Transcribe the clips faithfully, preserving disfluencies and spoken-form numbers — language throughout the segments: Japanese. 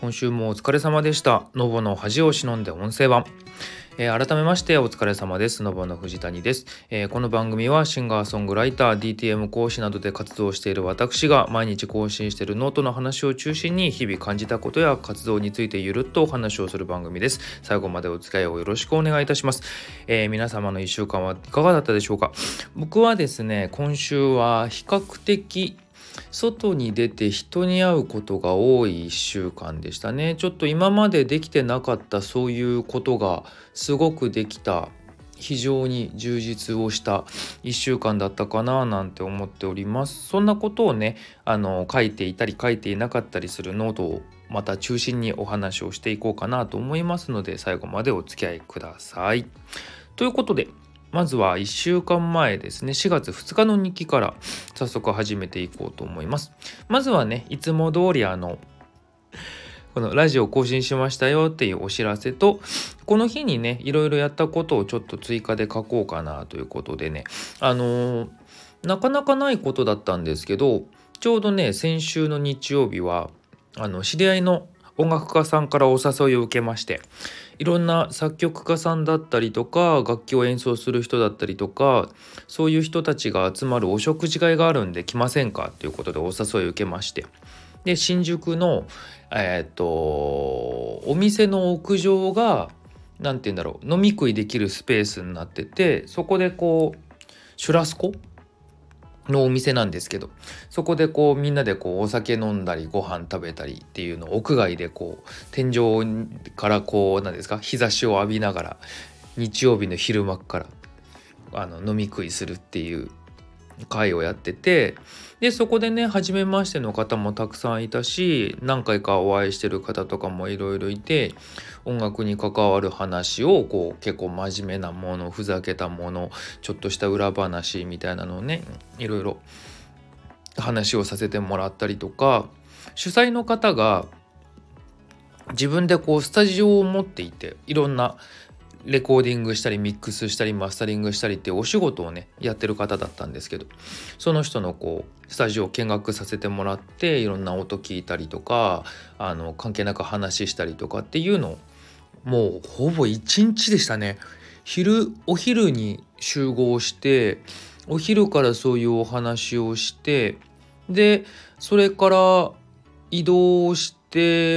今週もお疲れ様でした。ノボの恥を忍んで音声版、えー、改めましてお疲れ様です。ノボの藤谷です、えー、この番組はシンガーソングライター ディーティーエム 講師などで活動している私が毎日更新しているノートの話を中心に日々感じたことや活動についてゆるっとお話をする番組です。最後までお付き合いをよろしくお願いいたします。えー、皆様のいっしゅうかんはいかがだったでしょうか。僕はですね、今週は比較的外に出て人に会うことが多いいっしゅうかんでしたね。ちょっと今までできてなかったそういうことがすごくできた、非常に充実をしたいっしゅうかんだったかななんて思っております。そんなことをね、あの書いていたり書いていなかったりするノートをまた中心にお話をしていこうかなと思いますので、最後までお付き合いください。ということで、まずはいっしゅうかんまえですね、しがつふつかの日記から早速始めていこうと思います。まずはね、いつも通りあのこのラジオ更新しましたよっていうお知らせと、この日にねいろいろやったことをちょっと追加で書こうかなということでね、あのー、なかなかないことだったんですけど、ちょうどね先週の日曜日はあの知り合いの音楽家さんからお誘いを受けまして、いろんな作曲家さんだったりとか楽器を演奏する人だったりとか、そういう人たちが集まるお食事会があるんで来ませんかということでお誘いを受けまして、で新宿のえっとお店の屋上がなんて言うんだろう、飲み食いできるスペースになってて、そこでこうシュラスコのお店なんですけど、そこでこうみんなでこうお酒飲んだりご飯食べたりっていうのを屋外でこう天井からこうなんですか、日差しを浴びながら日曜日の昼間からあの飲み食いするっていう会をやってて、でそこでね初めましての方もたくさんいたし、何回かお会いしてる方とかもいろいろいて、音楽に関わる話をこう結構真面目なもの、ふざけたもの、ちょっとした裏話みたいなのをねいろいろ話をさせてもらったりとか、主催の方が自分でこうスタジオを持っていて、いろんなレコーディングしたりミックスしたりマスタリングしたりっていうお仕事をねやってる方だったんですけど、その人のこうスタジオを見学させてもらって、いろんな音聞いたりとか、あの関係なく話したりとかっていうのをもうほぼ一日でしたね。昼お昼に集合して、お昼からそういうお話をして、でそれから移動して、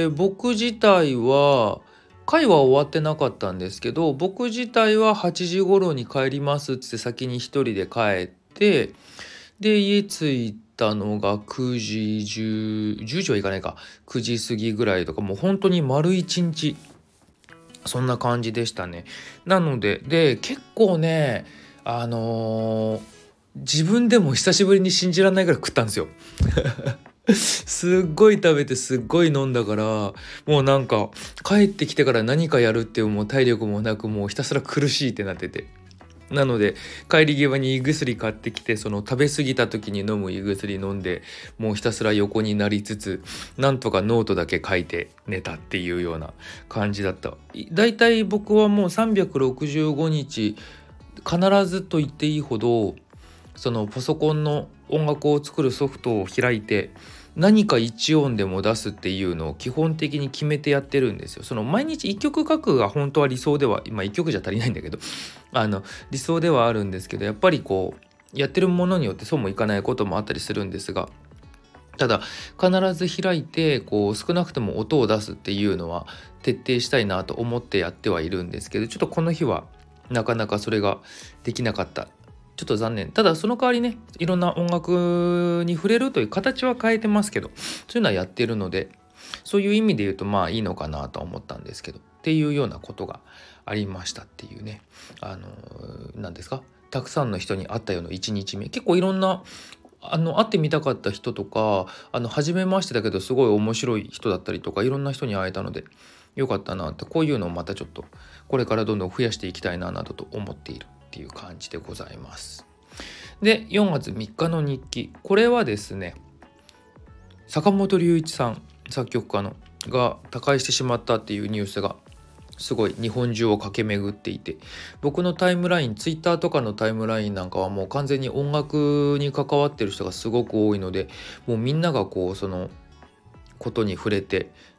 僕自体は会は終わってなかったんですけど、僕自体ははちじ頃に帰りますって先に一人で帰って、で家着いたのがくじじゅう、じゅうじはいかないか、くじ過ぎぐらいとか、もう本当に丸一日そんな感じでしたね。なのでで結構ねあのー、自分でも久しぶりに信じられないぐらい食ったんですよすっごい食べてすっごい飲んだから、もうなんか帰ってきてから何かやるっていうもう体力もなく、もうひたすら苦しいってなってて、なので帰り際に胃薬買ってきて、その食べ過ぎた時に飲む胃薬飲んで、もうひたすら横になりつつ、なんとかノートだけ書いて寝たっていうような感じだった。だいたい僕はもうさんびゃくろくじゅうごにち必ずと言っていいほど、そのパソコンの音楽を作るソフトを開いて何か一音でも出すっていうのを基本的に決めてやってるんですよ。その毎日一曲書くが本当は理想では、今一曲じゃ足りないんだけど、あの理想ではあるんですけど、やっぱりこうやってるものによってそうもいかないこともあったりするんですが、ただ必ず開いてこう少なくとも音を出すっていうのは徹底したいなと思ってやってはいるんですけど、ちょっとこの日はなかなかそれができなかった。ちょっと残念。ただその代わりね、いろんな音楽に触れるという形は変えてますけど、そういうのはやっているので、そういう意味で言うとまあいいのかなとは思ったんですけど、っていうようなことがありましたっていうね。あの何ですか、たくさんの人に会ったようないちにちめ、結構いろんなあの会ってみたかった人とか、あの初めましてだけどすごい面白い人だったりとか、いろんな人に会えたのでよかったなって、こういうのをまたちょっとこれからどんどん増やしていきたいななどと思っているっていう感じでございます。でよんがつみっかの日記、これはですね、坂本龍一さん、作曲家のが他界してしまったっていうニュースがすごい日本中を駆け巡っていて、僕のタイムライン、ツイッターとかのタイムラインなんかはもう完全に音楽に関わってる人がすごく多いので、もうみんながこうそのことに触れて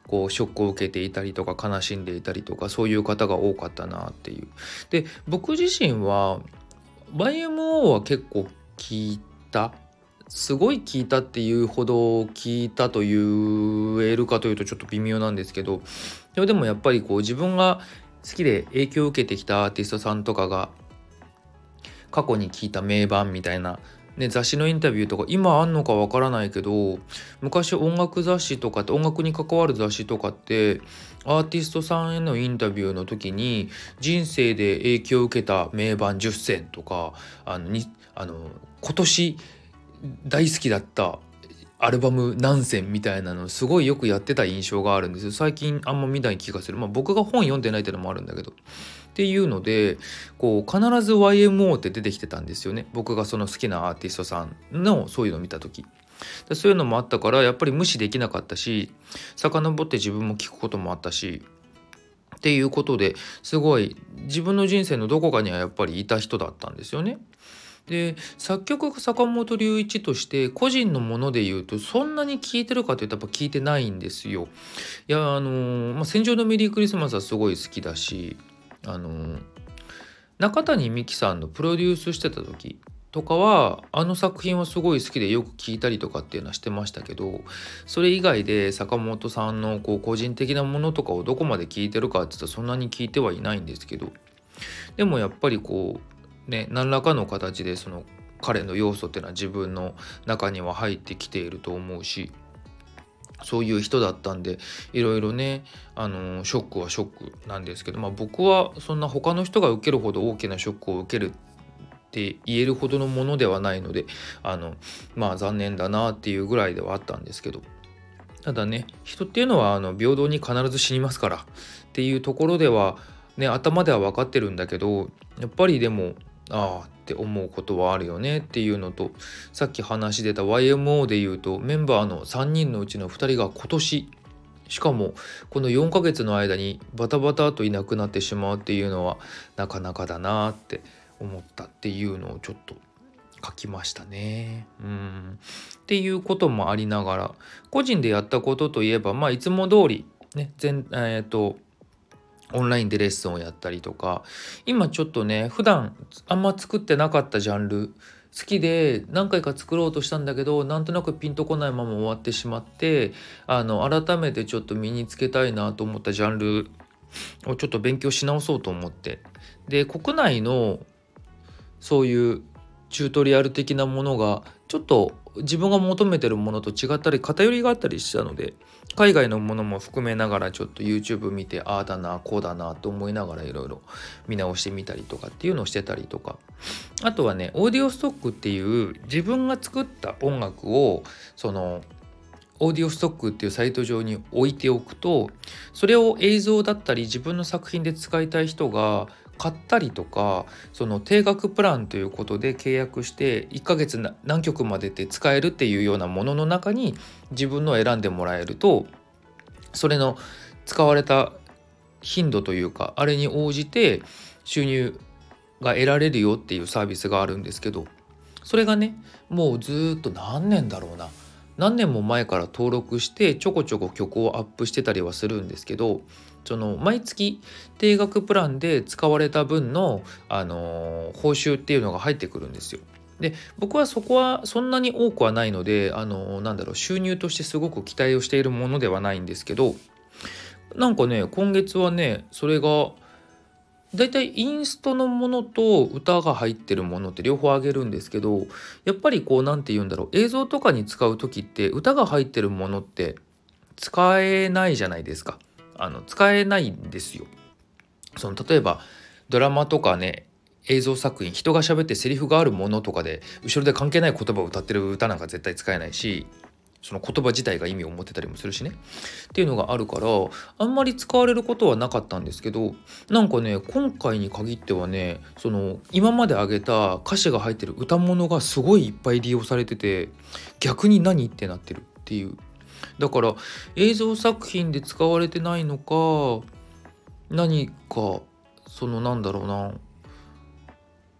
こうショックを受けていたりとか悲しんでいたりとか、そういう方が多かったなっていう。で僕自身は ワイエムオー は結構聞いた、すごい聞いたっていうほど聞いたと言えるかというとちょっと微妙なんですけど、でもでもやっぱりこう自分が好きで影響を受けてきたアーティストさんとかが過去に聞いた名盤みたいな、ね、雑誌のインタビューとか今あんのかわからないけど、昔音楽雑誌とかって音楽に関わる雑誌とかってアーティストさんへのインタビューの時に人生で影響を受けた名盤じゅっせんとか、あのにあの今年大好きだったアルバム何選みたいなのすごいよくやってた印象があるんですよ。最近あんま見ない気がする。まあ僕が本読んでないっていうのもあるんだけど、っていうのでこう必ず ワイエムオー って出てきてたんですよね。僕がその好きなアーティストさんのそういうのを見た時で、そういうのもあったからやっぱり無視できなかったし、遡って自分も聞くこともあったしっていうことで、すごい自分の人生のどこかにはやっぱりいた人だったんですよね。で作曲家坂本龍一として個人のもので言うとそんなに聴いてるかというとやっぱ聞いてないんですよ。いやあのーまあ、戦場のメリークリスマスはすごい好きだし、あのー中谷美紀さんのプロデュースしてた時とかはあの作品はすごい好きでよく聴いたりとかっていうのはしてましたけど、それ以外で坂本さんのこう個人的なものとかをどこまで聴いてるかって言ったらそんなに聴いてはいないんですけど、でもやっぱりこうね、何らかの形でその彼の要素っていうのは自分の中には入ってきていると思うし、そういう人だったんでいろいろね、あのショックはショックなんですけど、まあ僕はそんな他の人が受けるほど大きなショックを受けるって言えるほどのものではないので、あのまあ残念だなっていうぐらいではあったんですけど、ただね、人っていうのはあの平等に必ず死にますからっていうところではね、頭では分かってるんだけど、やっぱりでもああって思うことはあるよねっていうのと、さっき話出た ワイエムオー でいうとメンバーのさんにんのうちのふたりが今年、しかもこのよんかげつの間にバタバタといなくなってしまうっていうのはなかなかだなって思ったっていうのをちょっと書きましたね。うんっていうこともありながら、個人でやったことといえば、まあいつも通りね、全えっ、とオンラインでレッスンをやったりとか、今ちょっとね普段あんま作ってなかったジャンル、好きで何回か作ろうとしたんだけどなんとなくピンとこないまま終わってしまって、あの改めてちょっと身につけたいなと思ったジャンルをちょっと勉強し直そうと思って、で国内のそういうチュートリアル的なものがちょっと自分が求めてるものと違ったり偏りがあったりしたので、海外のものも含めながらちょっと YouTube 見て、ああだなこうだなと思いながらいろいろ見直してみたりとかっていうのをしてたりとか、あとはねオーディオストックっていう自分が作った音楽をそのオーディオストックっていうサイト上に置いておくと、それを映像だったり自分の作品で使いたい人が買ったりとか、その定額プランということで契約していっかげつ何曲までで使えるっていうようなものの中に自分のを選んでもらえると、それの使われた頻度というかあれに応じて収入が得られるよっていうサービスがあるんですけど、それがねもうずっと何年だろうな何年も前から登録してちょこちょこ曲をアップしてたりはするんですけど、その毎月定額プランで使われた分の、あのー報酬っていうのが入ってくるんですよ。で僕はそこはそんなに多くはないので、あのーなんだろう収入としてすごく期待をしているものではないんですけど、なんかね今月はねそれがだいたいインストのものと歌が入ってるものって両方あげるんですけど、やっぱりこうなんて言うんだろう、映像とかに使う時って歌が入ってるものって使えないじゃないですか。あの使えないんですよ。その例えばドラマとかね映像作品、人が喋ってセリフがあるものとかで後ろで関係ない言葉を歌ってる歌なんか絶対使えないし、その言葉自体が意味を持ってたりもするしねっていうのがあるから、あんまり使われることはなかったんですけど、なんかね今回に限ってはね、その今まで挙げた歌詞が入ってる歌物がすごいいっぱい利用されてて、逆に何ってなってるっていう。だから映像作品で使われてないのか何か、そのなんだろうな、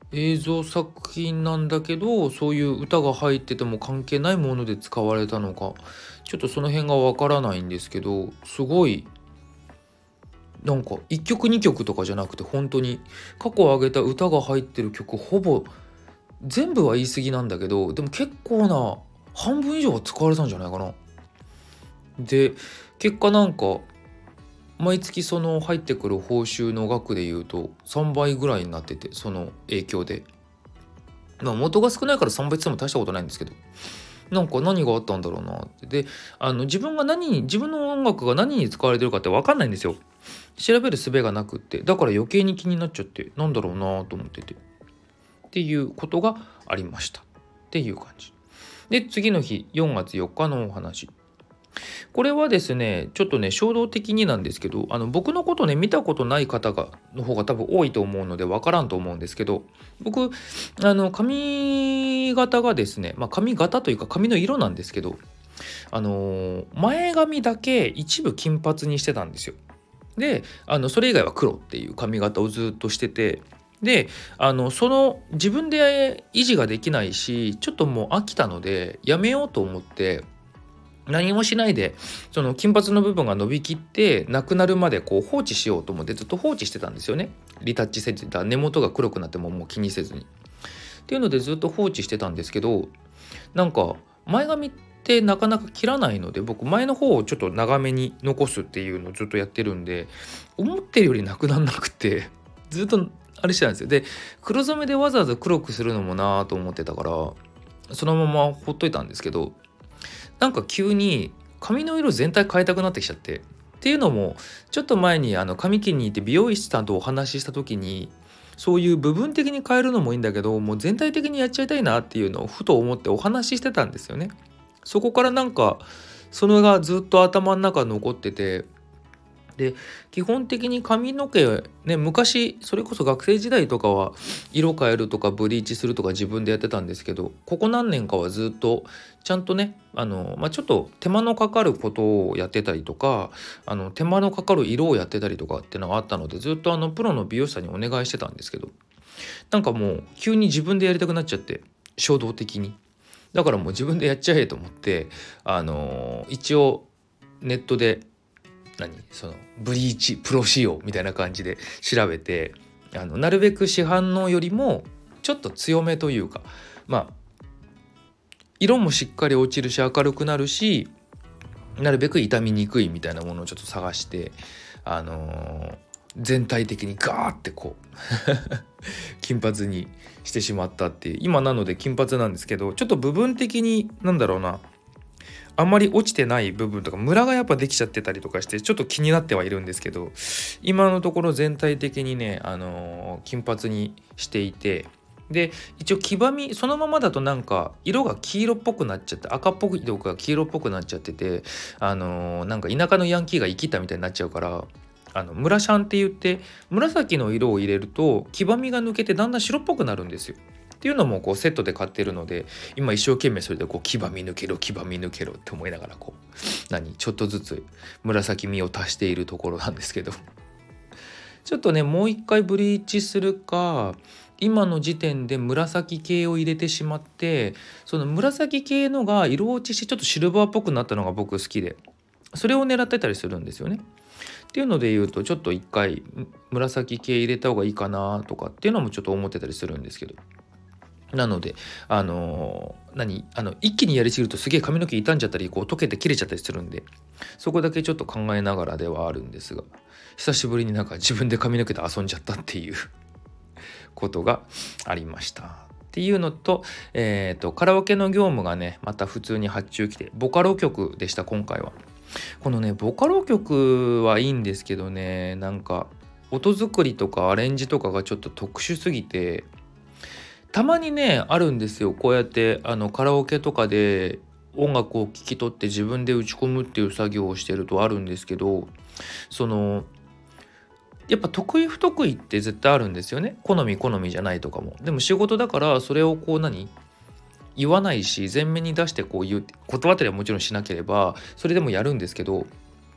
映像作品なんだけどそういう歌が入ってても関係ないもので使われたのかちょっとその辺がわからないんですけど、すごいなんかいっきょくにきょくとかじゃなくて本当に過去上げた歌が入ってる曲ほぼ全部は言い過ぎなんだけど、でも結構な半分以上は使われたんじゃないかな。で結果なんか毎月その入ってくる報酬の額で言うとさんばいぐらいになってて、その影響で、まあ元が少ないからさんばいって言っても大したことないんですけど、なんか何があったんだろうなって。であの自分が何に自分の音楽が何に使われてるかって分かんないんですよ。調べる術がなくって、だから余計に気になっちゃってなんだろうなと思っててっていうことがありましたっていう感じで、次の日よんがつよっかのお話。これはですねちょっとね衝動的になんですけど、あの僕のことね見たことない方がの方が多分多いと思うので分からんと思うんですけど、僕あの髪型がですね、まあ髪型というか髪の色なんですけど、あのー前髪だけ一部金髪にしてたんですよ。であのそれ以外は黒っていう髪型をずっとしてて、であのその自分で維持ができないしちょっともう飽きたのでやめようと思って何もしないでその金髪の部分が伸びきってなくなるまでこう放置しようと思ってずっと放置してたんですよね。リタッチせず根元が黒くなってももう気にせずにっていうのでずっと放置してたんですけど、なんか前髪ってなかなか切らないので僕前の方をちょっと長めに残すっていうのをずっとやってるんで思ってるよりなくなんなくてずっとあれしてたんですよ。で黒染めでわざわざ黒くするのもなと思ってたからそのままほっといたんですけど、なんか急に髪の色全体変えたくなってきちゃって、っていうのもちょっと前にあの髪切りに行って美容師さんとお話しした時にそういう部分的に変えるのもいいんだけどもう全体的にやっちゃいたいなっていうのをふと思ってお話ししてたんですよね。そこからなんかそれがずっと頭の中に残ってて、で基本的に髪の毛ね昔それこそ学生時代とかは色変えるとかブリーチするとか自分でやってたんですけど、ここ何年かはずっとちゃんとねあの、まあ、ちょっと手間のかかることをやってたりとかあの手間のかかる色をやってたりとかっていうのがあったのでずっとあのプロの美容師さんにお願いしてたんですけど、なんかもう急に自分でやりたくなっちゃって衝動的にだからもう自分でやっちゃえと思ってあの一応ネットで何そのブリーチプロ仕様みたいな感じで調べてあのなるべく市販のよりもちょっと強めというかまあ色もしっかり落ちるし明るくなるしなるべく傷みにくいみたいなものをちょっと探してあのー全体的にガーってこう金髪にしてしまったっていう今なので金髪なんですけど、ちょっと部分的になんだろうなあんまり落ちてない部分とかムラがやっぱできちゃってたりとかしてちょっと気になってはいるんですけど、今のところ全体的にね、あのー金髪にしていて、で一応黄ばみそのままだとなんか色が黄色っぽくなっちゃって赤っぽいとか黄色っぽくなっちゃってて、あのーなんか田舎のヤンキーが生きたみたいになっちゃうから、あのムラシャンって言って紫の色を入れると黄ばみが抜けてだんだん白っぽくなるんですよ。っていうのもこうセットで買ってるので今一生懸命それでこう黄ばみ抜けろ黄ばみ抜けろって思いながらこう何ちょっとずつ紫みを足しているところなんですけどちょっとねもう一回ブリーチするか今の時点で紫系を入れてしまってその紫系のが色落ちしてちょっとシルバーっぽくなったのが僕好きでそれを狙ってたりするんですよね。っていうので言うとちょっと一回紫系入れた方がいいかなとかっていうのもちょっと思ってたりするんですけど、なのであのー何あの一気にやりすぎるとすげえ髪の毛傷んじゃったりこう溶けて切れちゃったりするんでそこだけちょっと考えながらではあるんですが、久しぶりになんか自分で髪の毛で遊んじゃったっていうことがありましたっていうのと、えーとカラオケの業務がねまた普通に発注来てボカロ曲でした。今回はこのねボカロ曲はいいんですけどね、なんか音作りとかアレンジとかがちょっと特殊すぎてたまにねあるんですよ。こうやってあのカラオケとかで音楽を聴き取って自分で打ち込むっていう作業をしてるとあるんですけど、そのやっぱ得意不得意って絶対あるんですよね。好み好みじゃないとかも。でも仕事だからそれをこう何言わないし前面に出してこう言う断ったりはもちろんしなければそれでもやるんですけど、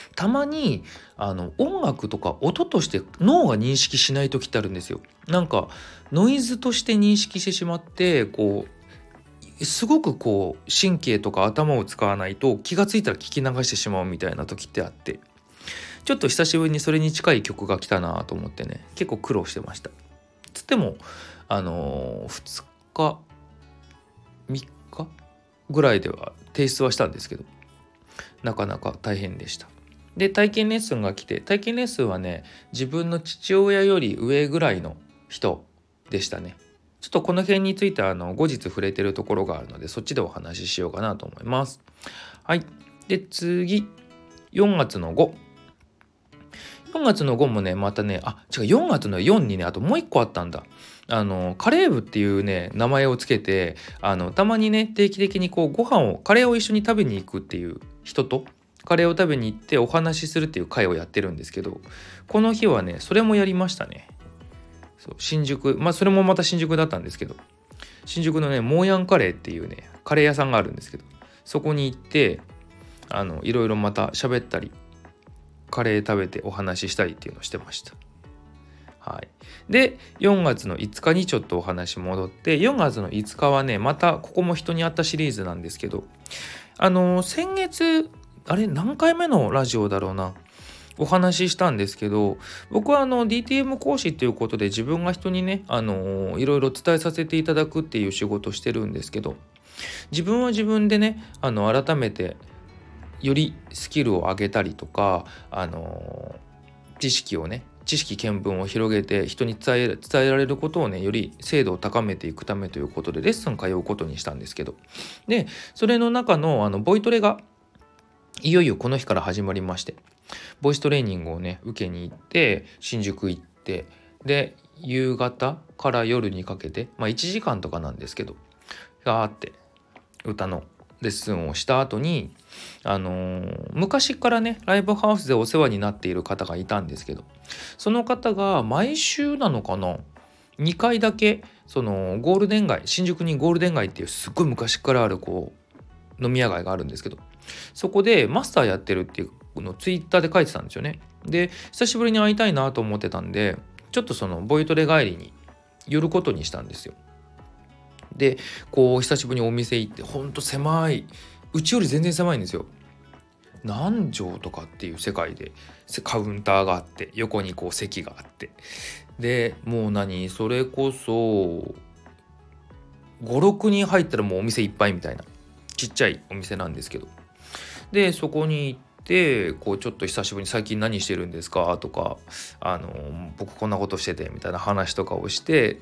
たまにあの音楽とか音として脳が認識しない時ってあるんですよ。なんかノイズとして認識してしまって、こうすごくこう神経とか頭を使わないと気がついたら聞き流してしまうみたいな時ってあって、ちょっと久しぶりにそれに近い曲が来たなと思ってね、結構苦労してました。つってもあのー、ふつかみっかぐらいでは提出はしたんですけど、なかなか大変でした。で体験レッスンが来て、体験レッスンはね、自分の父親より上ぐらいの人でしたね。ちょっとこの辺についてはあの後日触れてるところがあるので、そっちでお話ししようかなと思います。はい。で次よんがつのご、よんがつのごもね、またね、あ違う、よんがつのよんにね、あともう一個あったんだ。あのカレー部っていうね名前をつけて、あのたまにね定期的にこうご飯をカレーを一緒に食べに行くっていう人とカレーを食べに行ってお話しするっていう会をやってるんですけど、この日はねそれもやりましたね。そう新宿、まあそれもまた新宿だったんですけど、新宿のねモーヤンカレーっていうねカレー屋さんがあるんですけど、そこに行ってあのいろいろまた喋ったり、カレー食べてお話ししたりっていうのをしてました。はい、でよんがつのいつかにちょっとお話戻って、よんがつのいつかはねまたここも人に会ったシリーズなんですけど、あの先月あれ何回目のラジオだろうな、お話ししたんですけど、僕はあの ディーティーエム 講師っていうことで自分が人にね、あのいろいろ伝えさせていただくっていう仕事をしてるんですけど、自分は自分でね、あの改めてよりスキルを上げたりとか、あの知識をね知識見聞を広げて人に伝え、伝えられることをねより精度を高めていくためということでレッスン通うことにしたんですけど、でそれの中のあのボイトレがいよいよこの日から始まりまして、ボイストレーニングをね受けに行って新宿行って、で夕方から夜にかけて、まあいちじかんとかなんですけど、ガーって歌のレッスンをした後に、あのー、昔からねライブハウスでお世話になっている方がいたんですけど、その方が毎週なのかな、にかいだけそのゴールデン街、新宿にゴールデン街っていうすっごい昔からあるこう飲み屋街があるんですけど、そこでマスターやってるっていうのをツイッターで書いてたんですよね。で久しぶりに会いたいなと思ってたんで、ちょっとそのボイトレ帰りに寄ることにしたんですよ。でこう久しぶりにお店行って、ほんと狭い、うちより全然狭いんですよ。何畳とかっていう世界でカウンターがあって、横にこう席があって、でもう何それこそごろくにん入ったらもうお店いっぱいみたいなちっちゃいお店なんですけど、でそこに行ってこうちょっと久しぶりに最近何してるんですかとか、あの僕こんなことしててみたいな話とかをして、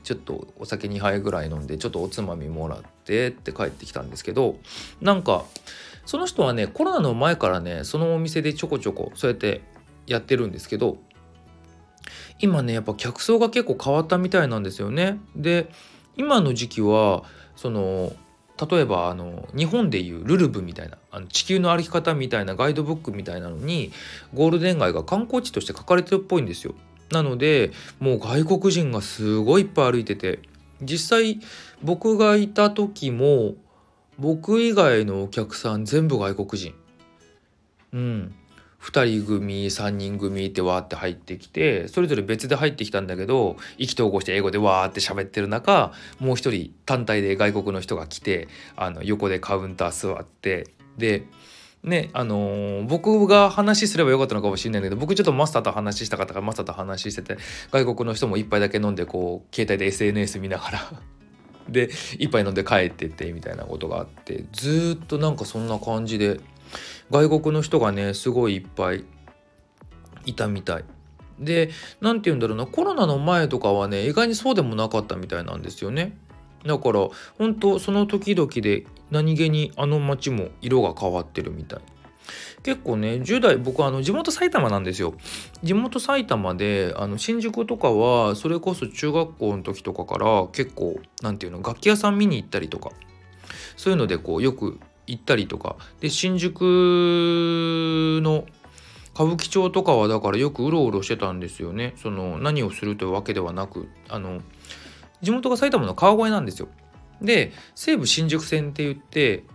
ちょっとお酒にはいぐらい飲んでちょっとおつまみもらってって帰ってきたんですけど、なんかその人はねコロナの前からねそのお店でちょこちょこそうやってやってるんですけど、今ねやっぱ客層が結構変わったみたいなんですよね。で今の時期はその例えばあの日本でいうルルブみたいな、あの地球の歩き方みたいなガイドブックみたいなのにゴールデン街が観光地として書かれてるっぽいんですよ。なのでもう外国人がすごいいっぱい歩いてて、実際僕がいた時も僕以外のお客さん全部外国人、うんふたり組さんにん組ってわーって入ってきて、それぞれ別で入ってきたんだけど意気投合して英語でわーって喋ってる中、もう一人単体で外国の人が来て、あの横でカウンター座って、でねあのー、僕が話すればよかったのかもしれないけど、僕ちょっとマスターと話したかったからマスターと話してて、外国の人も一杯だけ飲んでこう携帯で エスエヌエス 見ながらで一杯飲んで帰ってってみたいなことがあって、ずっとなんかそんな感じで外国の人がねすごいいっぱいいたみたいで、なんて言うんだろうな、コロナの前とかはね意外にそうでもなかったみたいなんですよね。だから本当その時々で何気にあの街も色が変わってるみたい。結構ねじゅう代、僕はあの地元埼玉なんですよ。地元埼玉であの新宿とかはそれこそ中学校の時とかから結構なんていうの楽器屋さん見に行ったりとか、そういうのでこうよく行ったりとかで、新宿の歌舞伎町とかはだからよくうろうろしてたんですよね。その何をするというわけではなく、あの地元が埼玉の川越なんですよ。で西武新宿線って言って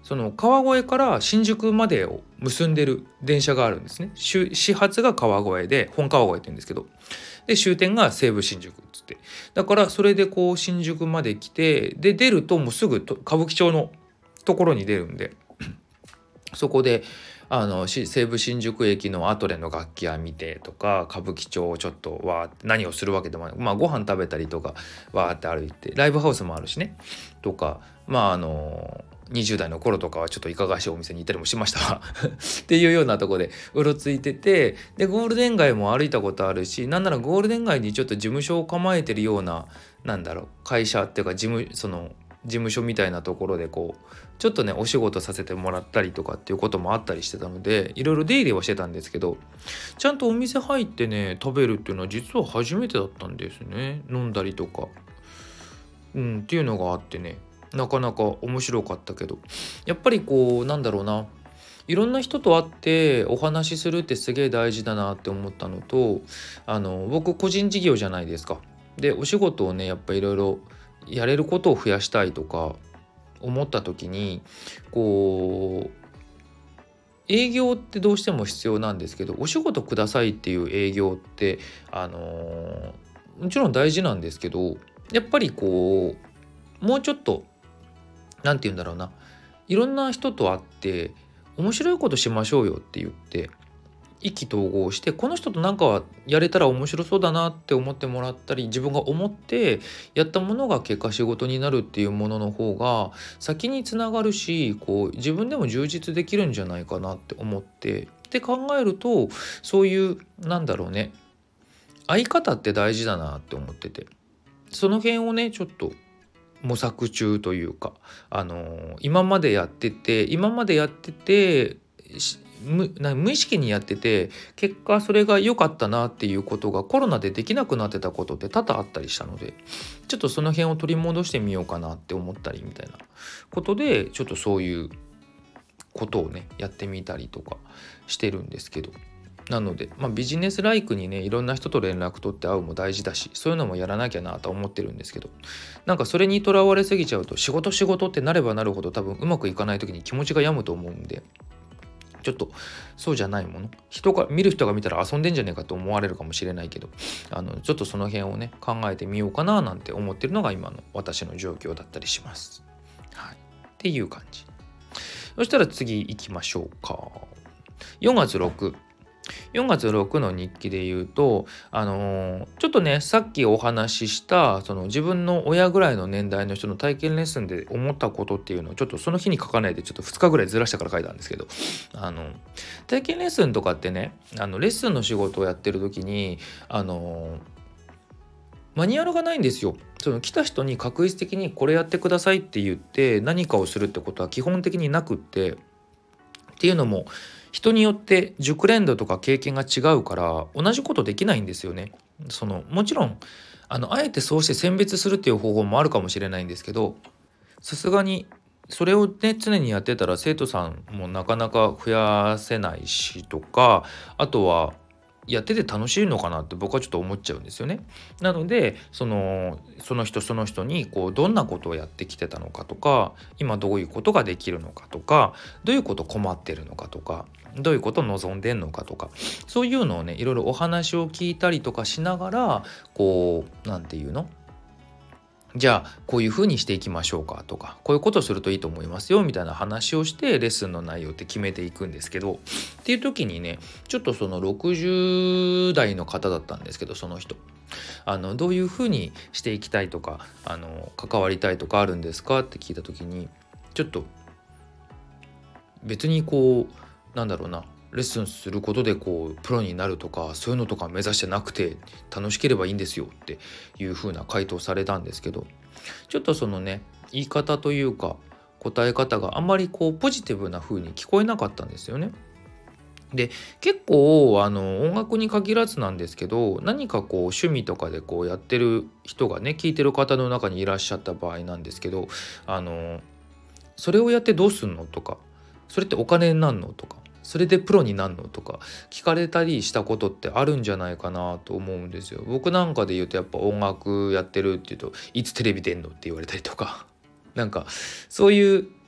その川越から新宿までを結んでる電車があるんですね。始発が川越で本川越って言うんですけど、で終点が西武新宿っつって、だからそれでこう新宿まで来て、で出るともうすぐと歌舞伎町のところに出るんで、そこであの西武新宿駅のアトレの楽器屋見てとか、歌舞伎町をちょっとわーって何をするわけでもない、まあご飯食べたりとかわーって歩いて、ライブハウスもあるしねとか、まああのにじゅう代の頃とかはちょっといかがわしいお店に行ったりもしましたわっていうようなとこでうろついてて、でゴールデン街も歩いたことあるし、なんならゴールデン街にちょっと事務所を構えてるような、なんだろう、会社っていうか事務その事務所みたいなところでこうちょっとねお仕事させてもらったりとかっていうこともあったりしてたので、いろいろ出入りはしてたんですけど、ちゃんとお店入ってね食べるっていうのは実は初めてだったんですね。飲んだりとか、うんっていうのがあってね、なかなか面白かったけど、やっぱりこうなんだろうな、いろんな人と会ってお話しするってすげえ大事だなって思ったのと、あの僕個人事業じゃないですか。でお仕事をねやっぱいろいろやれることを増やしたいとか思った時に、こう営業ってどうしても必要なんですけど、お仕事くださいっていう営業ってあのーもちろん大事なんですけど、やっぱりこうもうちょっとなんて言うんだろうな、いろんな人と会って面白いことしましょうよって言って意気投合して、この人となんかはやれたら面白そうだなって思ってもらったり、自分が思ってやったものが結果仕事になるっていうものの方が先につながるし、こう自分でも充実できるんじゃないかなって思って、って考えると、そういうなんだろうね、相方って大事だなって思ってて、その辺をねちょっと模索中というか、あのー今までやってて今までやってて無, 無意識にやってて、結果それが良かったなっていうことがコロナでできなくなってたことって多々あったりしたので、ちょっとその辺を取り戻してみようかなって思ったりみたいなことで、ちょっとそういうことをねやってみたりとかしてるんですけど、なので、まあ、ビジネスライクにねいろんな人と連絡取って会うも大事だし、そういうのもやらなきゃなと思ってるんですけど、なんかそれにとらわれすぎちゃうと仕事仕事ってなればなるほど多分うまくいかない時に気持ちが病むと思うんで、ちょっとそうじゃないもの、人が見る人が見たら遊んでんじゃねえかと思われるかもしれないけど、あのちょっとその辺をね考えてみようかななんて思ってるのが今の私の状況だったりします。はい、っていう感じ。そしたら次行きましょうか。よんがつろくよんがつろくの日記で言うと、あのーちょっとねさっきお話ししたその自分の親ぐらいの年代の人の体験レッスンで思ったことっていうのをちょっとその日に書かないでちょっとふつかぐらいずらしたから書いたんですけど、あの体験レッスンとかってね、あのレッスンの仕事をやってる時にあのーマニュアルがないんですよ。その来た人に確実的にこれやってくださいって言って何かをするってことは基本的になくって、っていうのも人によって熟練度とか経験が違うから同じことできないんですよね。そのもちろんあのあえてそうして選別するっていう方法もあるかもしれないんですけど、さすがにそれをね常にやってたら生徒さんもなかなか増やせないしとか、あとはやってて楽しいのかなって僕はちょっと思っちゃうんですよね。なのでそのその人その人にこうどんなことをやってきてたのかとか、今どういうことができるのかとか、どういうこと困ってるのかとか、どういうこと望んでんのかとか、そういうのをねいろいろお話を聞いたりとかしながら、こうなんていうの、じゃあこういうふうにしていきましょうかとか、こういうことをするといいと思いますよみたいな話をしてレッスンの内容って決めていくんですけど、っていう時にねちょっとそのろくじゅう代の方だったんですけど、その人あのどういうふうにしていきたいとか、あの関わりたいとかあるんですかって聞いた時に、ちょっと別にこうなんだろうな、レッスンすることでこうプロになるとかそういうのとか目指してなくて楽しければいいんですよっていう風な回答されたんですけど、ちょっとそのね言い方というか答え方があんまりこうポジティブな風に聞こえなかったんですよね。で結構あの音楽に限らずなんですけど、何かこう趣味とかでこうやってる人がね聞いてる方の中にいらっしゃった場合なんですけど、あのそれをやってどうすんのとか、それってお金になんのとか、それでプロになんのとか聞かれたりしたことってあるんじゃないかなと思うんですよ。僕なんかで言うとやっぱ音楽やってるって言うといつテレビ出んのって言われたりとかなんかそういう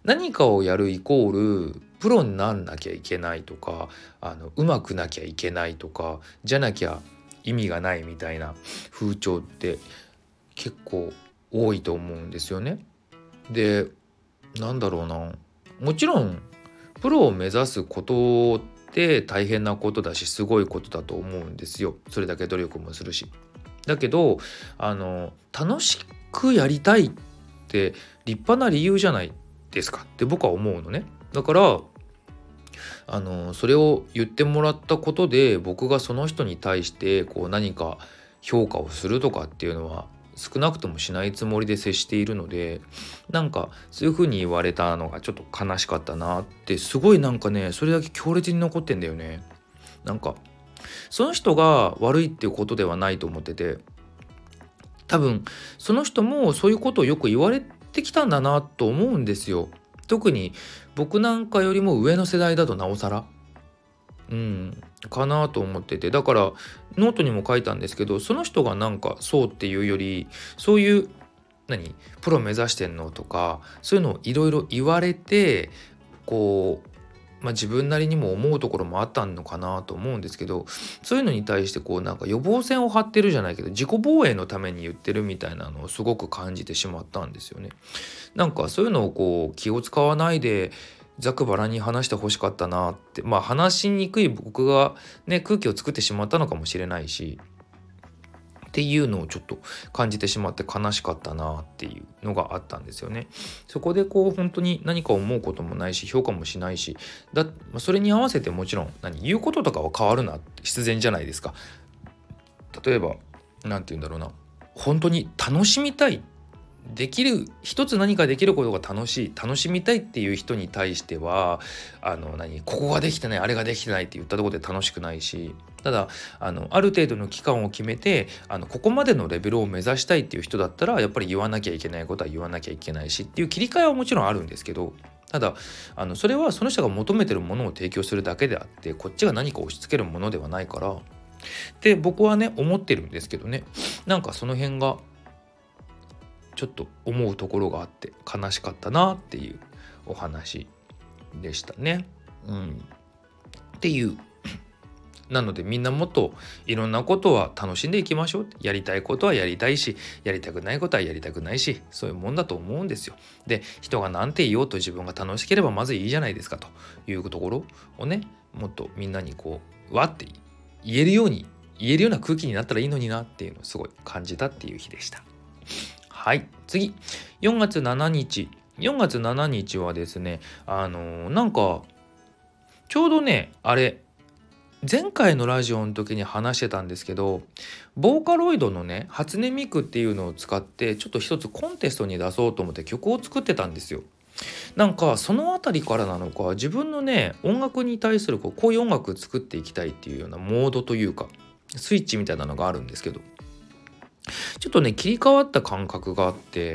何かをやるイコールプロになんなきゃいけないとか、あの上手くなきゃいけないとかじゃなきゃ意味がないみたいな風潮って結構多いと思うんですよね。で、なんだろうな、もちろんプロを目指すことって大変なことだしすごいことだと思うんですよ。それだけ努力もするし。だけどあの楽しくやりたいって立派な理由じゃないですかって僕は思うのね。だからあのそれを言ってもらったことで僕がその人に対してこう何か評価をするとかっていうのは少なくともしないつもりで接しているので、なんかそういう風に言われたのがちょっと悲しかったなって、すごいなんかねそれだけ強烈に残ってんだよね。なんかその人が悪いっていうことではないと思ってて、多分その人もそういうことをよく言われてきたんだなと思うんですよ。特に僕なんかよりも上の世代だとなおさらうんかなと思ってて、だからノートにも書いたんですけど、その人がなんかそうっていうより、そういう何プロ目指してんのとかそういうのをいろいろ言われて、こうまあ、自分なりにも思うところもあったのかなと思うんですけど、そういうのに対してこうなんか予防線を張ってるじゃないけど自己防衛のために言ってるみたいなのをすごく感じてしまったんですよね。なんかそういうのをこう気を使わないでざくばらんに話してほしかったなって、まあ話しにくい僕がね空気を作ってしまったのかもしれないしっていうのをちょっと感じてしまって悲しかったなっていうのがあったんですよね。そこでこう本当に何か思うこともないし評価もしないし、だそれに合わせてもちろん何言うこととかは変わるなって必然じゃないですか。例えば何て言うんだろうな、本当に楽しみたい、できる一つ何かできることが楽しい楽しみたいっていう人に対してはあの何ここができてないあれができてないって言ったところで楽しくないし、ただあのある程度の期間を決めてあのここまでのレベルを目指したいっていう人だったらやっぱり言わなきゃいけないことは言わなきゃいけないしっていう切り替えはもちろんあるんですけど、ただあのそれはその人が求めてるものを提供するだけであってこっちが何か押し付けるものではないからって僕はね思ってるんですけどね。なんかその辺がちょっと思うところがあって悲しかったなっていうお話でしたね。うん、っていうなのでみんなもっといろんなことは楽しんでいきましょう。やりたいことはやりたいしやりたくないことはやりたくないし、そういうもんだと思うんですよ。で人が何て言おうと自分が楽しければまずいいじゃないですかというところをね、もっとみんなにこうわって言えるように言えるような空気になったらいいのになっていうのをすごい感じたっていう日でした。はい、次よんがつついたちよんがつついたちはですね、あのー、なんかちょうどねあれ前回のラジオの時に話してたんですけど、ボーカロイドのね初音ミクっていうのを使ってちょっと一つコンテストに出そうと思って曲を作ってたんですよ。なんかそのあたりからなのか自分のね音楽に対するこうこういう音楽作っていきたいっていうようなモードというかスイッチみたいなのがあるんですけど、ちょっとね切り替わった感覚があって、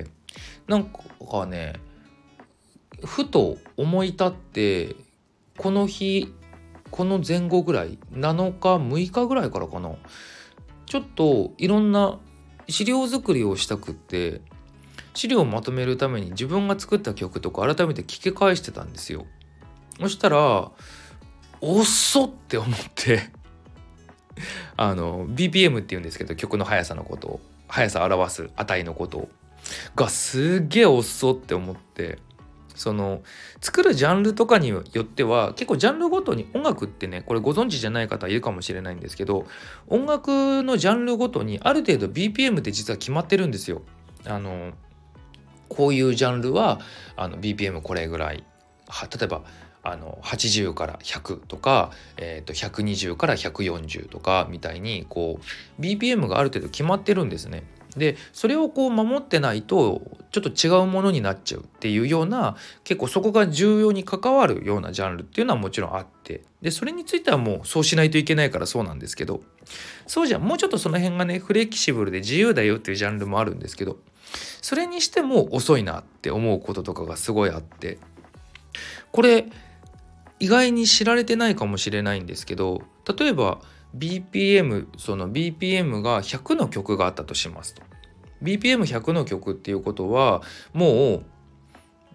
なんかねふと思い立ってこの日この前後ぐらいなのかむいかぐらいからかな、ちょっといろんな資料作りをしたくって資料をまとめるために自分が作った曲とか改めて聞き返してたんですよ。そしたらおっそって思ってあの ビーピーエム っていうんですけど曲の速さのことを速さを表す値のことがすげえ遅って思って、その作るジャンルとかによっては結構ジャンルごとに音楽ってね、これご存知じゃない方いるかもしれないんですけど、音楽のジャンルごとにある程度 ビーピーエム って実は決まってるんですよ。あのこういうジャンルはあの ビーピーエム これぐらい、は例えばあのはちじゅうからひゃくとか、えー、とひゃくにじゅうからひゃくよんじゅうとかみたいにこう ビーピーエム がある程度決まってるんですね。でそれをこう守ってないとちょっと違うものになっちゃうっていうような、結構そこが重要に関わるようなジャンルっていうのはもちろんあって、でそれについてはもうそうしないといけないからそうなんですけど、そうじゃもうちょっとその辺がねフレキシブルで自由だよっていうジャンルもあるんですけど、それにしても遅いなって思うこととかがすごいあって、これ意外に知られてないかもしれないんですけど、例えば ビーピーエム その ビーピーエム がひゃくの曲があったとしますと、 ビーピーエムひゃく の曲っていうことはもう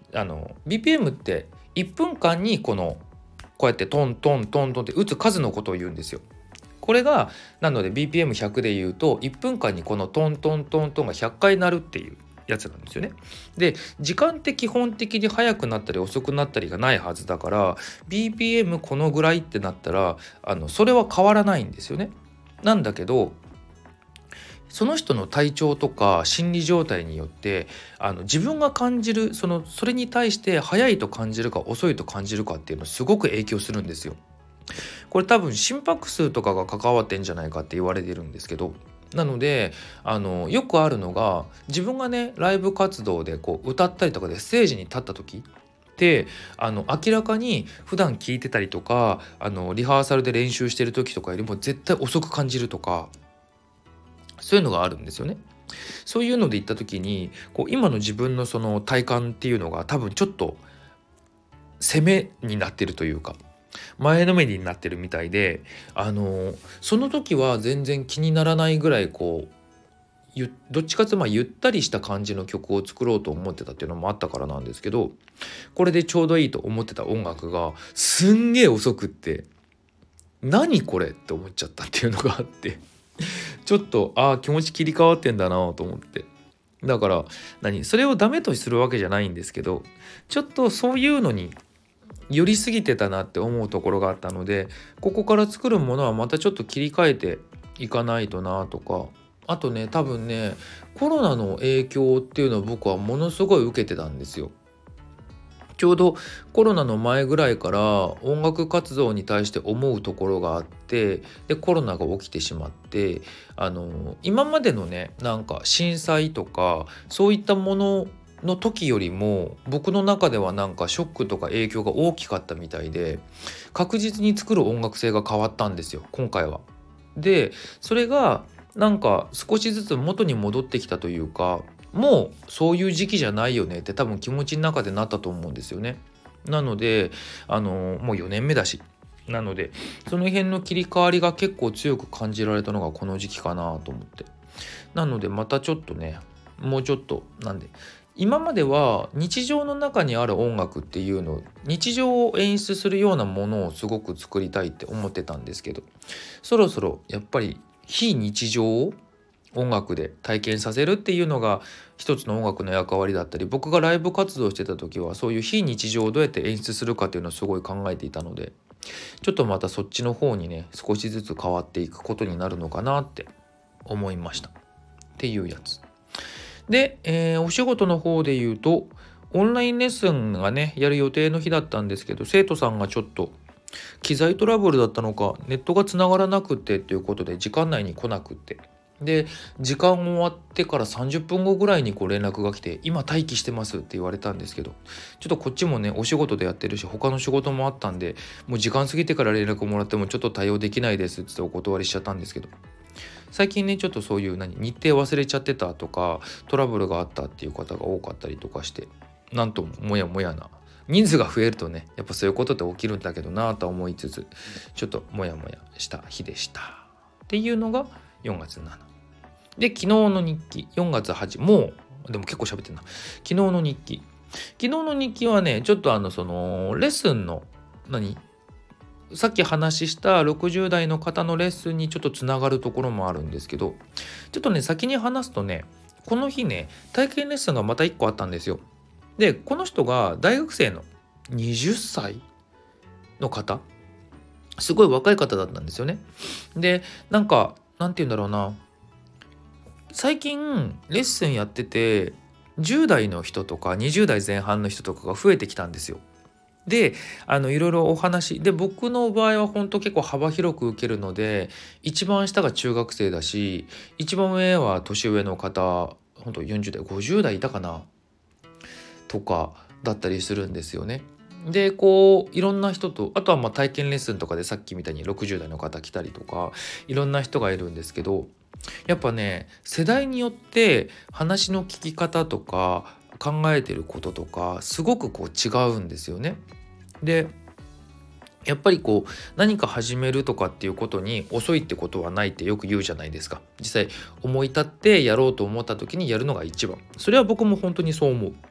あの ビーピーエム っていっぷんかんにこのこうやってトントントントンって打つ数のことを言うんですよ。これがなので ビーピーエムひゃく で言うといっぷんかんにこのトントントントンがひゃっかい鳴るっていうやつなんですよね。で時間って基本的に速くなったり遅くなったりがないはずだから ビーピーエム このぐらいってなったらあのそれは変わらないんですよね。なんだけどその人の体調とか心理状態によってあの自分が感じるそのそれに対して速いと感じるか遅いと感じるかっていうのすごく影響するんですよ。これ多分心拍数とかが関わってんじゃないかって言われてるんですけど、なのであのよくあるのが自分がねライブ活動でこう歌ったりとかでステージに立った時ってあの明らかに普段聞いてたりとかあのリハーサルで練習してる時とかよりも絶対遅く感じるとかそういうのがあるんですよね。そういうので言った時にこう今の自分のその体感っていうのが多分ちょっと攻めになってるというか前のめりになってるみたいで、あのその時は全然気にならないぐらいこうゆどっちかというとまあゆったりした感じの曲を作ろうと思ってたっていうのもあったからなんですけど、これでちょうどいいと思ってた音楽がすんげえ遅くって何これって思っちゃったっていうのがあってちょっとああ気持ち切り替わってんだなと思って。だから何それをダメとするわけじゃないんですけど、ちょっとそういうのに寄りすぎてたなって思うところがあったので、ここから作るものはまたちょっと切り替えていかないとなとか、あとね多分ねコロナの影響っていうのを僕はものすごい受けてたんですよ。ちょうどコロナの前ぐらいから音楽活動に対して思うところがあって、でコロナが起きてしまって、あの今までのねなんか震災とかそういったものの時よりも僕の中ではなんかショックとか影響が大きかったみたいで、確実に作る音楽性が変わったんですよ今回は。でそれがなんか少しずつ元に戻ってきたというか、もうそういう時期じゃないよねって多分気持ちの中でなったと思うんですよね。なのであのもうよねんめだし、なのでその辺の切り替わりが結構強く感じられたのがこの時期かなと思って、なのでまたちょっとねもうちょっとなんで今までは日常の中にある音楽っていうのを日常を演出するようなものをすごく作りたいって思ってたんですけど、そろそろやっぱり非日常を音楽で体験させるっていうのが一つの音楽の役割だったり、僕がライブ活動してた時はそういう非日常をどうやって演出するかっていうのをすごい考えていたので、ちょっとまたそっちの方にね少しずつ変わっていくことになるのかなって思いましたっていうやつで、えーお仕事の方で言うとオンラインレッスンがねやる予定の日だったんですけど、生徒さんがちょっと機材トラブルだったのかネットがつながらなくってっていうことで時間内に来なくって、で時間終わってからさんじゅっぷんごぐらいにこう連絡が来て今待機してますって言われたんですけど、ちょっとこっちもねお仕事でやってるし他の仕事もあったんでもう時間過ぎてから連絡もらってもちょっと対応できないですってお断りしちゃったんですけど、最近ねちょっとそういう何日程忘れちゃってたとかトラブルがあったっていう方が多かったりとかして、なんとももやもやな人数が増えるとねやっぱそういうことって起きるんだけどなと思いつつちょっともやもやした日でしたっていうのがよんがつなので、昨日の日記よんがつはちもうでも結構喋ってんな。昨日の日記昨日の日記はねちょっとあのそのレッスンの何さっき話したろくじゅう代の方のレッスンにちょっとつながるところもあるんですけど、ちょっとね先に話すとねこの日ね体験レッスンがまたいっこあったんですよ。でこの人が大学生のはたちの方、すごい若い方だったんですよね。でなんかなんて言うんだろうな、最近レッスンやっててじゅう代の人とかにじゅう代前半の人とかが増えてきたんですよ。であのいろいろお話で、僕の場合は本当結構幅広く受けるので一番下が中学生だし一番上は年上の方本当よんじゅう代ごじゅう代いたかなとかだったりするんですよね。でこういろんな人と、あとはまあ体験レッスンとかでさっきみたいにろくじゅう代の方来たりとかいろんな人がいるんですけど、やっぱね世代によって話の聞き方とか考えてることとかすごくこう違うんですよね。でやっぱりこう何か始めるとかっていうことに遅いってことはないってよく言うじゃないですか。実際思い立ってやろうと思った時にやるのが一番、それは僕も本当にそう思う。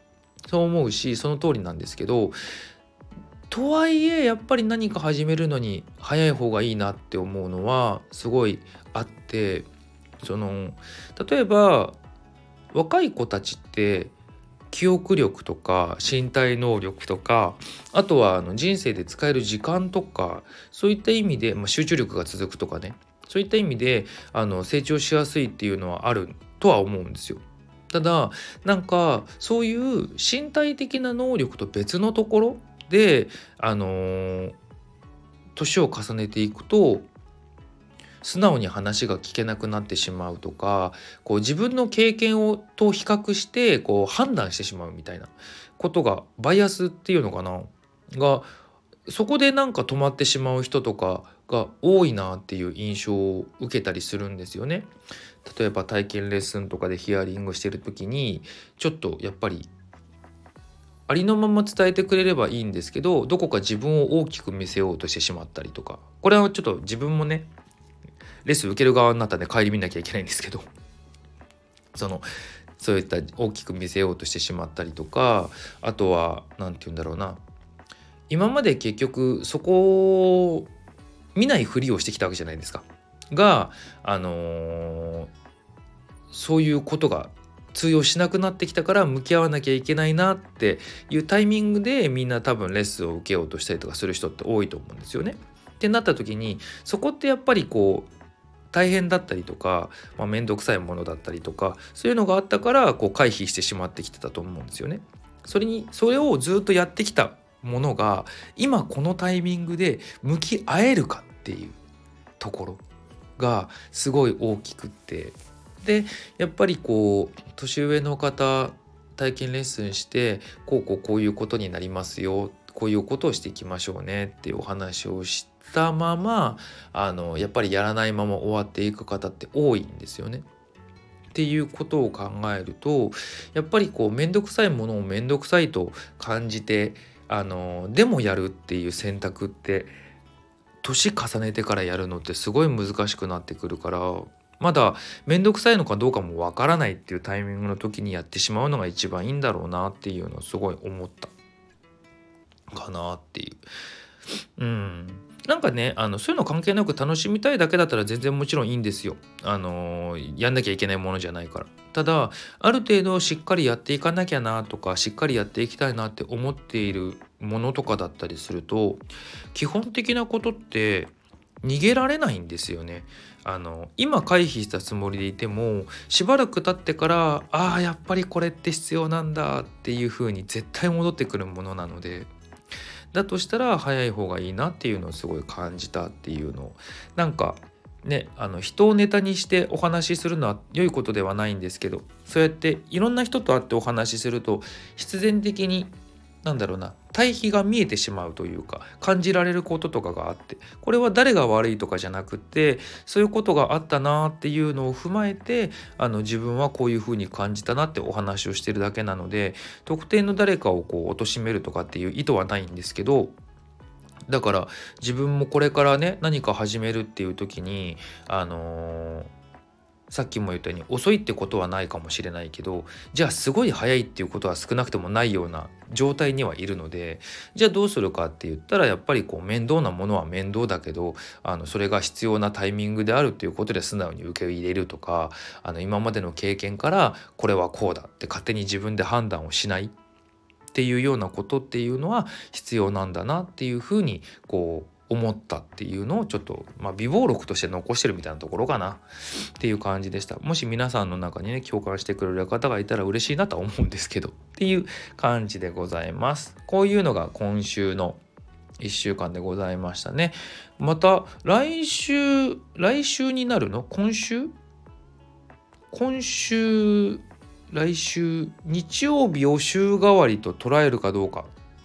そう思うし、その通りなんですけど、とはいえやっぱり何か始めるのに早い方がいいなって思うのはすごいあって、その例えば若い子たちって記憶力とか身体能力とか、あとはあの人生で使える時間とか、そういった意味で、まあ、集中力が続くとかね、そういった意味であの成長しやすいっていうのはあるとは思うんですよ。ただなんかそういう身体的な能力と別のところであのー年を重ねていくと素直に話が聞けなくなってしまうとか、こう自分の経験をと比較してこう判断してしまうみたいなことが、バイアスっていうのかな、がそこでなんか止まってしまう人とかが多いなっていう印象を受けたりするんですよね。例えば体験レッスンとかでヒアリングしてる時にちょっとやっぱりありのまま伝えてくれればいいんですけど、どこか自分を大きく見せようとしてしまったりとか、これはちょっと自分もねレッスン受ける側になったんで顧みなきゃいけないんですけど、そのそういった大きく見せようとしてしまったりとか、あとは何て言うんだろうな、今まで結局そこを見ないふりをしてきたわけじゃないですか。があのーそういうことが通用しなくなってきたから向き合わなきゃいけないなっていうタイミングで、みんな多分レッスンを受けようとしたりとかする人って多いと思うんですよね。ってなった時に、そこってやっぱりこう大変だったりとか、まあ、めんどくさいものだったりとか、そういうのがあったからこう回避してしまってきてたと思うんですよね。それにそれをずっとやってきたものが今このタイミングで向き合えるかっていうところがすごい大きくって、でやっぱりこう年上の方体験レッスンして、こうこうこういうことになりますよ、こういうことをしていきましょうねっていうお話をしたまま、あのやっぱりやらないまま終わっていく方って多いんですよね。っていうことを考えると、やっぱりこう面倒くさいものを面倒くさいと感じて、あのでもやるっていう選択って年重ねてからやるのってすごい難しくなってくるから、まだ面倒くさいのかどうかもわからないっていうタイミングの時にやってしまうのが一番いいんだろうなっていうのをすごい思ったかなっていう。うんなんかね、あのそういうの関係なく楽しみたいだけだったら全然もちろんいいんですよ。あのーやんなきゃいけないものじゃないから。ただある程度しっかりやっていかなきゃなとか、しっかりやっていきたいなって思っているものとかだったりすると、基本的なことって逃げられないんですよね。あの今回避したつもりでいても、しばらく経ってからああやっぱりこれって必要なんだっていう風に絶対戻ってくるものなので、だとしたら早い方がいいなっていうのをすごい感じたっていうのを、なんかね、あの人をネタにしてお話しするのは良いことではないんですけど、そうやっていろんな人と会ってお話しすると必然的になんだろうな、対比が見えてしまうというか、感じられることとかがあって、これは誰が悪いとかじゃなくって、そういうことがあったなっていうのを踏まえて、あの自分はこういうふうに感じたなってお話をしてるだけなので、特定の誰かをこう貶めるとかっていう意図はないんですけど、だから自分もこれからね何か始めるっていう時に、あのーさっきも言ったように遅いってことはないかもしれないけど、じゃあすごい早いっていうことは少なくともないような状態にはいるので、じゃあどうするかって言ったら、やっぱりこう面倒なものは面倒だけど、あのそれが必要なタイミングであるっていうことで素直に受け入れるとか、あの今までの経験からこれはこうだって勝手に自分で判断をしないっていうようなことっていうのは必要なんだなっていうふうにこう思ったっていうのをちょっと、まあ、備忘録として残してるみたいなところかなっていう感じでした。もし皆さんの中にね共感してくれる方がいたら嬉しいなとは思うんですけどっていう感じでございます。こういうのが今週のいっしゅうかんでございましたね。また来週来週になるの今週今週来週日曜日を週替わりと捉えるかどうか、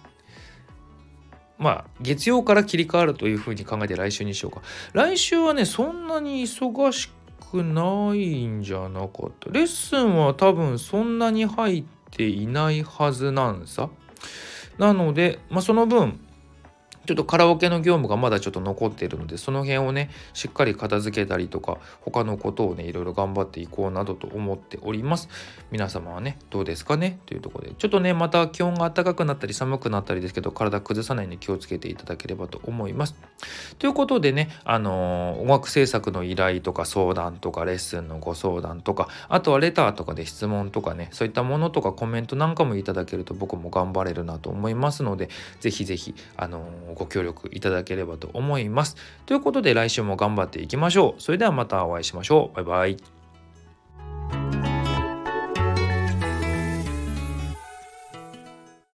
まあ月曜から切り替わるというふうに考えて来週にしようか。来週はねそんなに忙しくないんじゃなかった。レッスンは多分そんなに入っていないはずなんさ。なので、まあ、その分ちょっとカラオケの業務がまだちょっと残っているので、その辺をねしっかり片付けたりとか、他のことをねいろいろ頑張っていこうなどと思っております。皆様はねどうですかねというところで、ちょっとねまた気温が暖かくなったり寒くなったりですけど、体崩さないように気をつけていただければと思います。ということでね、あのー音楽制作の依頼とか相談とかレッスンのご相談とか、あとはレターとかで質問とかね、そういったものとかコメントなんかもいただけると僕も頑張れるなと思いますので、ぜひぜひあのーご協力いただければと思います。ということで来週も頑張っていきましょう。それではまたお会いしましょう。バイバイ。